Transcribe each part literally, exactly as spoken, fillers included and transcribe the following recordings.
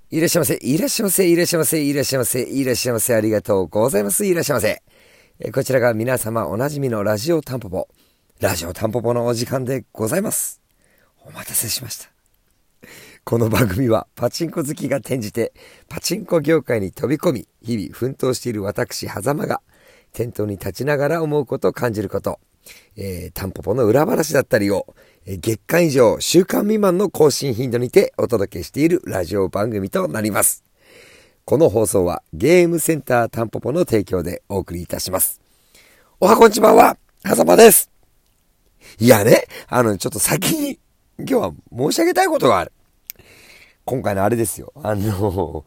いらっしゃいませ、いらっしゃいませ、いらっしゃいませ、いらっしゃいませ、いらっしゃいませ、ありがとうございます、いらっしゃいませ。えこちらが皆様おなじみのラジオタンポポ、ラジオタンポポのお時間でございます。お待たせしました。この番組はパチンコ好きが転じてパチンコ業界に飛び込み、日々奮闘している私、狭間が店頭に立ちながら思うこと、感じること、えー、タンポポの裏話だったりを、えー、月間以上週間未満の更新頻度にてお届けしているラジオ番組となります。この放送はゲームセンタータンポポの提供でお送りいたします。おはこんちばんは、狭間です。いやね、あのちょっと先に今日は申し上げたいことがある。今回のあれですよ、あの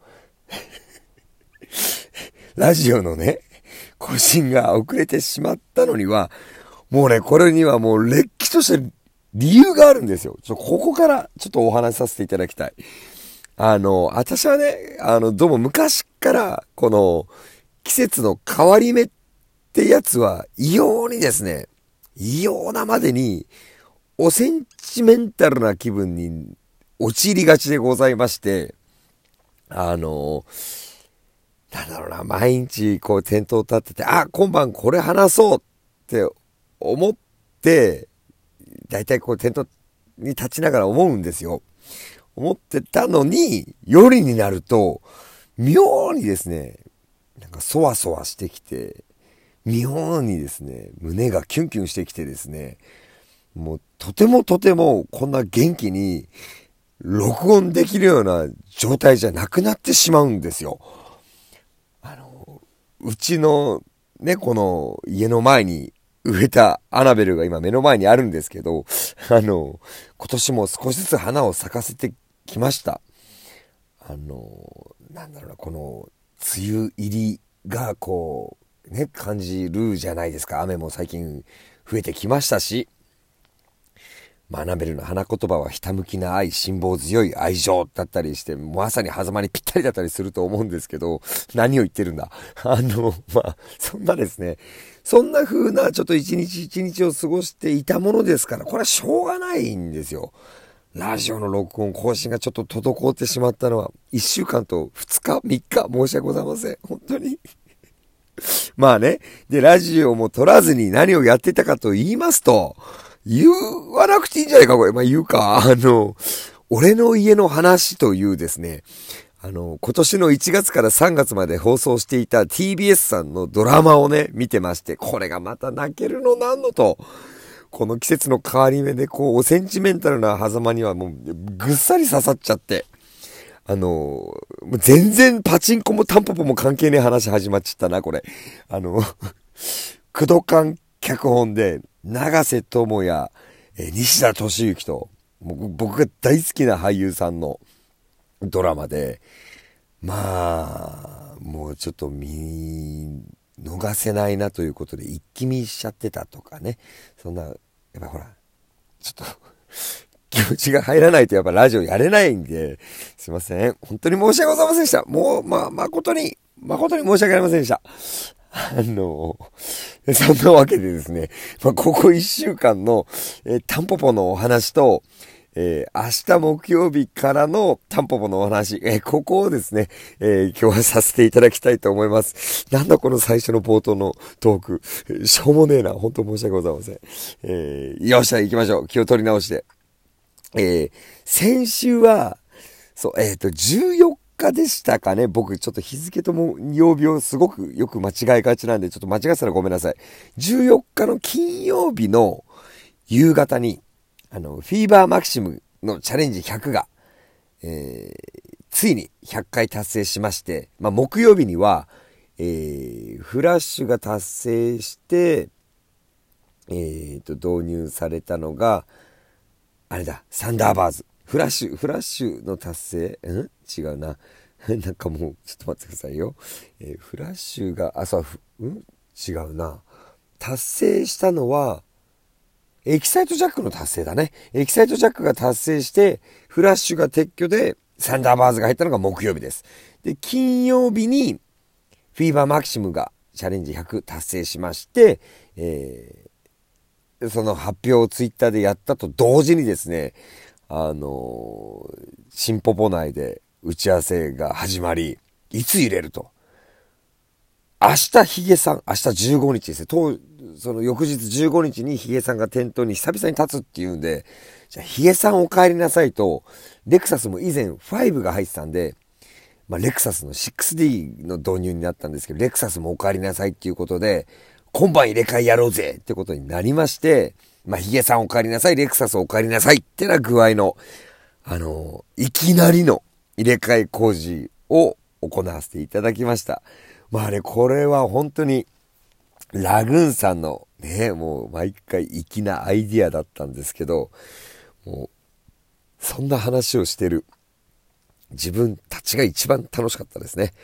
ラジオのね更新が遅れてしまったのには、もうね、これにはもうれっきとした理由があるんですよ。ちょここからちょっとお話しさせていただきたい。あの、私はね、あの、どうも昔からこの季節の変わり目ってやつは異様にですね、異様なまでにおセンチメンタルな気分に陥りがちでございまして、あの、なんだろうな、毎日こう店頭立ってて、あ、今晩これ話そうって思って、だいたいこう店頭に立ちながら思うんですよ。思ってたのに、夜になると、妙にですね、なんかそわそわしてきて、妙にですね、胸がキュンキュンしてきてですね、もうとてもとてもこんな元気に録音できるような状態じゃなくなってしまうんですよ。あの、うちのね、この家の前に植えたアナベルが今目の前にあるんですけど、あの、今年も少しずつ花を咲かせてきました。あの、なんだろうな、この梅雨入りがこう、ね、感じるじゃないですか。雨も最近増えてきましたし、まあ、アナベルの花言葉はひたむきな愛、辛抱強い愛情だったりして、まさに狭間にぴったりだったりすると思うんですけど、何を言ってるんだ。あの、まあ、そんなですね、そんな風なちょっと一日一日を過ごしていたものですから、これはしょうがないんですよ。ラジオの録音更新がちょっと滞ってしまったのは、いっしゅうかんとふつか、みっか申し訳ございません。本当に。まあね。で、ラジオも撮らずに何をやってたかと言いますと、言わなくていいんじゃないか、これ。まあ言うか。あの、俺の家の話というですね、あの、今年のいちがつからさんがつまで放送していた ティービーエス さんのドラマをね、見てまして、これがまた泣けるのなんのと、この季節の変わり目で、こう、おセンチメンタルな狭間にはもう、ぐっさり刺さっちゃって、あの、全然パチンコもタンポポも関係ねえ話始まっちゃったな、これ。あの、クドカン脚本で、長瀬智也、え西田敏行と、僕が大好きな俳優さんのドラマで、まあ、もうちょっと見逃せないなということで一気見しちゃってたとかね。そんな、やっぱほら、ちょっと気持ちが入らないとやっぱラジオやれないんで、すいません。本当に申し訳ございませんでした。もう、まあ、誠に、誠に申し訳ありませんでした。あの、そんなわけでですね、まあ、ここいっしゅうかんの、えー、タンポポのお話と、えー、明日木曜日からのタンポポのお話、えー、ここをですね、えー、今日はさせていただきたいと思います。なんだこの最初の冒頭のトーク、えー、しょうもねえな。本当申し訳ございません。えー、よっしゃ、行きましょう。気を取り直して。えー、先週は、そう、えっと、じゅうよっかでしたかね。僕、ちょっと日付とも曜日をすごくよく間違えがちなんで、ちょっと間違ってたらごめんなさい。じゅうよっかの金曜日の夕方に、あの、フィーバーマキシムのチャレンジひゃくが、えー、ついにひゃっかい達成しまして、まあ、木曜日には、えー、フラッシュが達成して、えーと、導入されたのが、あれだ、サンダーバーズ。フラッシュ、フラッシュの達成ん違うな。なんかもう、ちょっと待ってくださいよ。えー、フラッシュが、あ、そう、ん違うな。達成したのは、エキサイトジャックの達成だね。エキサイトジャックが達成して、フラッシュが撤去で、サンダーバーズが入ったのが木曜日です。で、金曜日に、フィーバーマキシムがチャレンジひゃく達成しまして、えー、その発表をツイッターでやったと同時にですね、あのー、新ポポ内で打ち合わせが始まり、いつ入れると。明日ヒゲさん、明日じゅうごにちですね。当その翌日じゅうごにちにヒゲさんが店頭に久々に立つっていうんで、じゃあヒゲさんお帰りなさいと、レクサスも以前ごが入ってたんで、まあレクサスの シックスディー の導入になったんですけど、レクサスもお帰りなさいっていうことで、今晩入れ替えやろうぜってことになりまして、まあヒゲさんお帰りなさい、レクサスお帰りなさいってな具合の、あのー、いきなりの入れ替え工事を行わせていただきました。まあね、これは本当に、ラグーンさんのね、もう毎回粋なアイディアだったんですけど、もう、そんな話をしてる自分たちが一番楽しかったですね。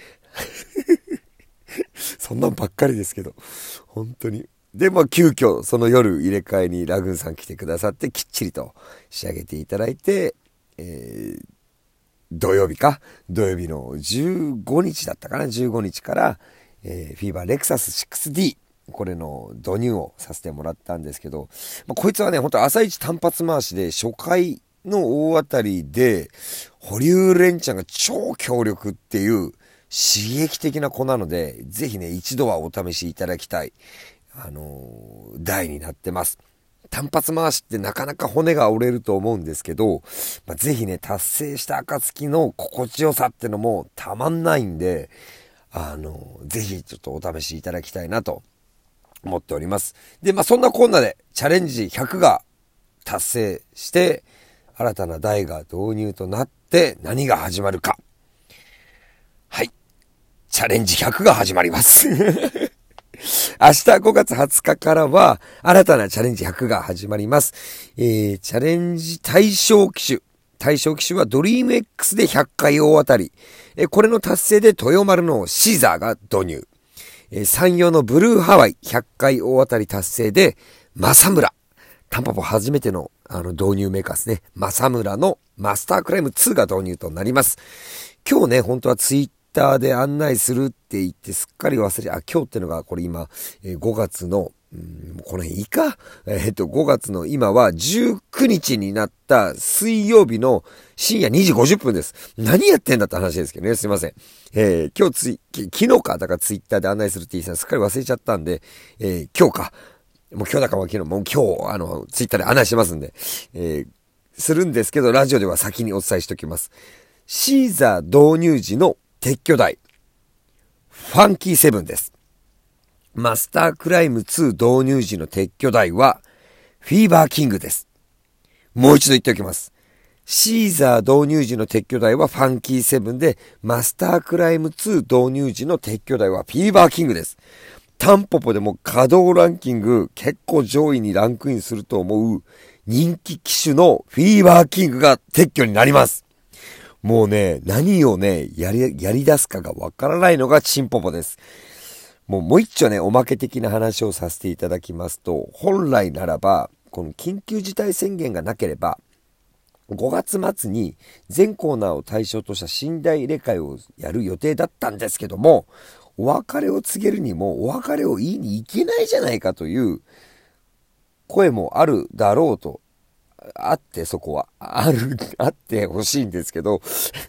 そんなんばっかりですけど、本当に。で、まあ急遽その夜入れ替えにラグーンさん来てくださってきっちりと仕上げていただいて、えー、土曜日か土曜日のじゅうごにちだったかなじゅうごにちから、えー、フィーバーレクサス シックスディー これの導入をさせてもらったんですけど、まあ、こいつはね本当朝一単発回しで初回の大当たりで保留連チャンが超強力っていう刺激的な子なので、ぜひね一度はお試しいただきたいあのー、台になってます。単発回しってなかなか骨が折れると思うんですけど、まあ、ぜひね、達成した暁の心地よさってのもたまんないんで、あの、ぜひちょっとお試しいただきたいなと思っております。で、まあ、そんなこんなでチャレンジひゃくが達成して、新たな台が導入となって何が始まるか。はい。チャレンジひゃくが始まります。明日ごがつはつかからは新たなチャレンジひゃくが始まります。えー、チャレンジ対象機種。対象機種はドリーム X でひゃっかい大当たり。えー、これの達成で豊丸のシーザーが導入。えー、山陽のブルーハワイひゃっかい大当たり達成で正村。タンパポ初めてのあの導入メーカーですね。正村のマスタークライムツーが導入となります。今日ね、本当はツイッターで案内するって言ってすっかり忘れ、あ、今日ってのがこれ今、えー、ごがつの、うん、この辺いいかえー、っと、ごがつの今はじゅうくにちになった水曜日の深夜にじごじゅっぷんです。何やってんだって話ですけどね、すいません。えー、今日つい、昨日か、だからツイッターで案内するって言ってたすっかり忘れちゃったんで、えー、今日か。もう今日だかも昨日、もう今日、あの、ツイッターで案内しますんで、えー、するんですけど、ラジオでは先にお伝えしておきます。シーザー導入時の撤去台。ファンキーセブンです。マスタークライムツー導入時の撤去台は、フィーバーキングです。もう一度言っておきます。シーザー導入時の撤去台はファンキーセブンで、マスタークライムツー導入時の撤去台はフィーバーキングです。タンポポでも稼働ランキング結構上位にランクインすると思う人気機種のフィーバーキングが撤去になります。もうね、何をね、やり、やり出すかがわからないのがチンポポです。もうもう一丁ね、おまけ的な話をさせていただきますと、本来ならば、この緊急事態宣言がなければ、ごがつ末に全コーナーを対象とした寝台入れ替えをやる予定だったんですけども、お別れを告げるにもお別れを言いに行けないじゃないかという声もあるだろうと、あってそこは、ある、あってほしいんですけど、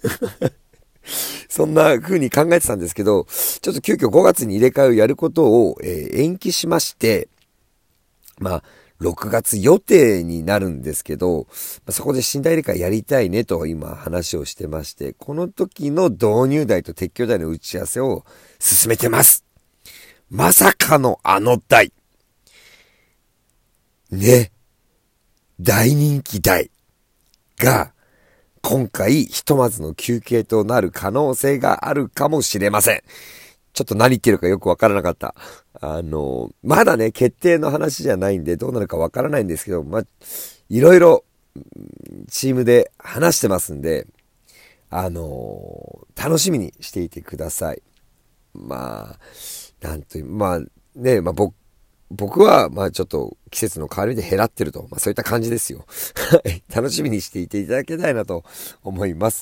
そんな風に考えてたんですけど、ちょっと急遽ごがつに入れ替えをやることを、えー、延期しまして、まあ、ろくがつ予定になるんですけど、そこで寝台入れ替えやりたいねと今話をしてまして、この時の導入台と撤去台の打ち合わせを進めてます。まさかのあの台。ね。大人気台が今回ひとまずの休憩となる可能性があるかもしれません。ちょっと何言ってるかよくわからなかった。あの、まだね、決定の話じゃないんでどうなるかわからないんですけど、ま、いろいろチームで話してますんで、あの、楽しみにしていてください。まあ、なんという、まあね、まあ僕、僕は、まあちょっと季節の変わりで減らってると、まあそういった感じですよ。楽しみにしていていただけたいなと思います。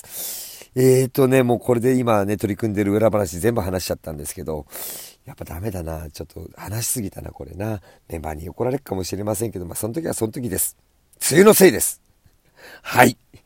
えーとね、もうこれで今ね、取り組んでる裏話全部話しちゃったんですけど、やっぱダメだな。ちょっと話しすぎたな、これな。メンバーに怒られるかもしれませんけど、まあその時はその時です。梅雨のせいです。はい。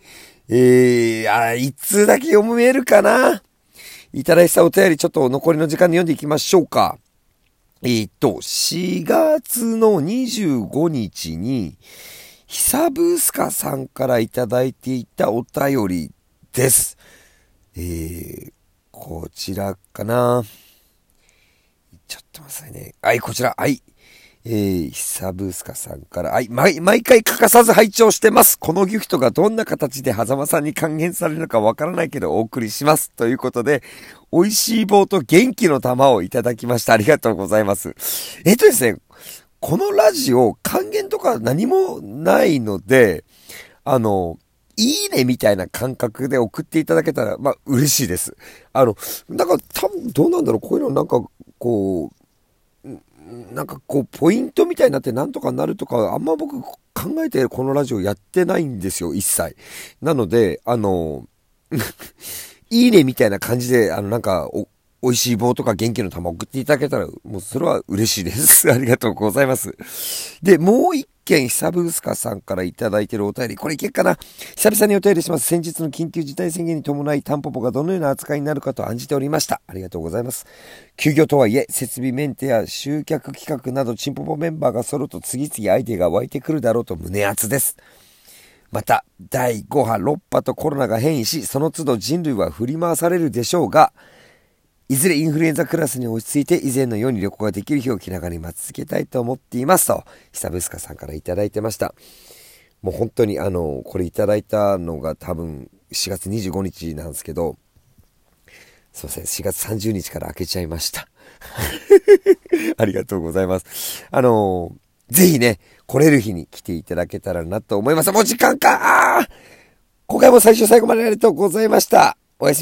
えー、あ、いつだけ読めるかな。いただいたお便りちょっと残りの時間で読んでいきましょうか。えーっと、しがつのにじゅうごにちに、久ブースカさんからいただいていたお便りです。えー、こちらかな。ちょっと待ってくださいね。はい、こちら。はい。えー、久ブースカさんから、はい、毎、毎回欠かさず拝聴してます。このギフトがどんな形で狭間さんに還元されるのかわからないけどお送りします。ということで、美味しい棒と元気の玉をいただきました。ありがとうございます。えっとですね、このラジオ、還元とか何もないので、あの、いいねみたいな感覚で送っていただけたら、まあ、嬉しいです。あの、なんか多分どうなんだろう、こういうのなんか、こう、なんかこう、ポイントみたいになってなんとかなるとか、あんま僕考えてこのラジオやってないんですよ、一切。なので、あの、いいねみたいな感じで、あの、なんか、お、美味しい棒とか元気の玉送っていただけたら、もうそれは嬉しいです。ありがとうございます。で、もう一件、久ブースカさんからいただいているお便り、これいけっかな。久々にお便りします。先日の緊急事態宣言に伴い、タンポポがどのような扱いになるかと案じておりました。ありがとうございます。休業とはいえ、設備メンテや集客企画など、チンポポメンバーが揃うと次々アイデアが湧いてくるだろうと胸熱です。また、だいご波、ろく波とコロナが変異し、その都度人類は振り回されるでしょうが、いずれインフルエンザクラスに落ち着いて以前のように旅行ができる日を気長に待ち続けたいと思っていますと、久ブスカさんからいただいてました。もう本当にあの、これいただいたのが多分しがつにじゅうごにちなんですけど、すいません、しがつさんじゅうにちから開けちゃいました。ありがとうございます。あの、ぜひね、来れる日に来ていただけたらなと思います。もう時間か。あー、今回も最初最後までありがとうございました。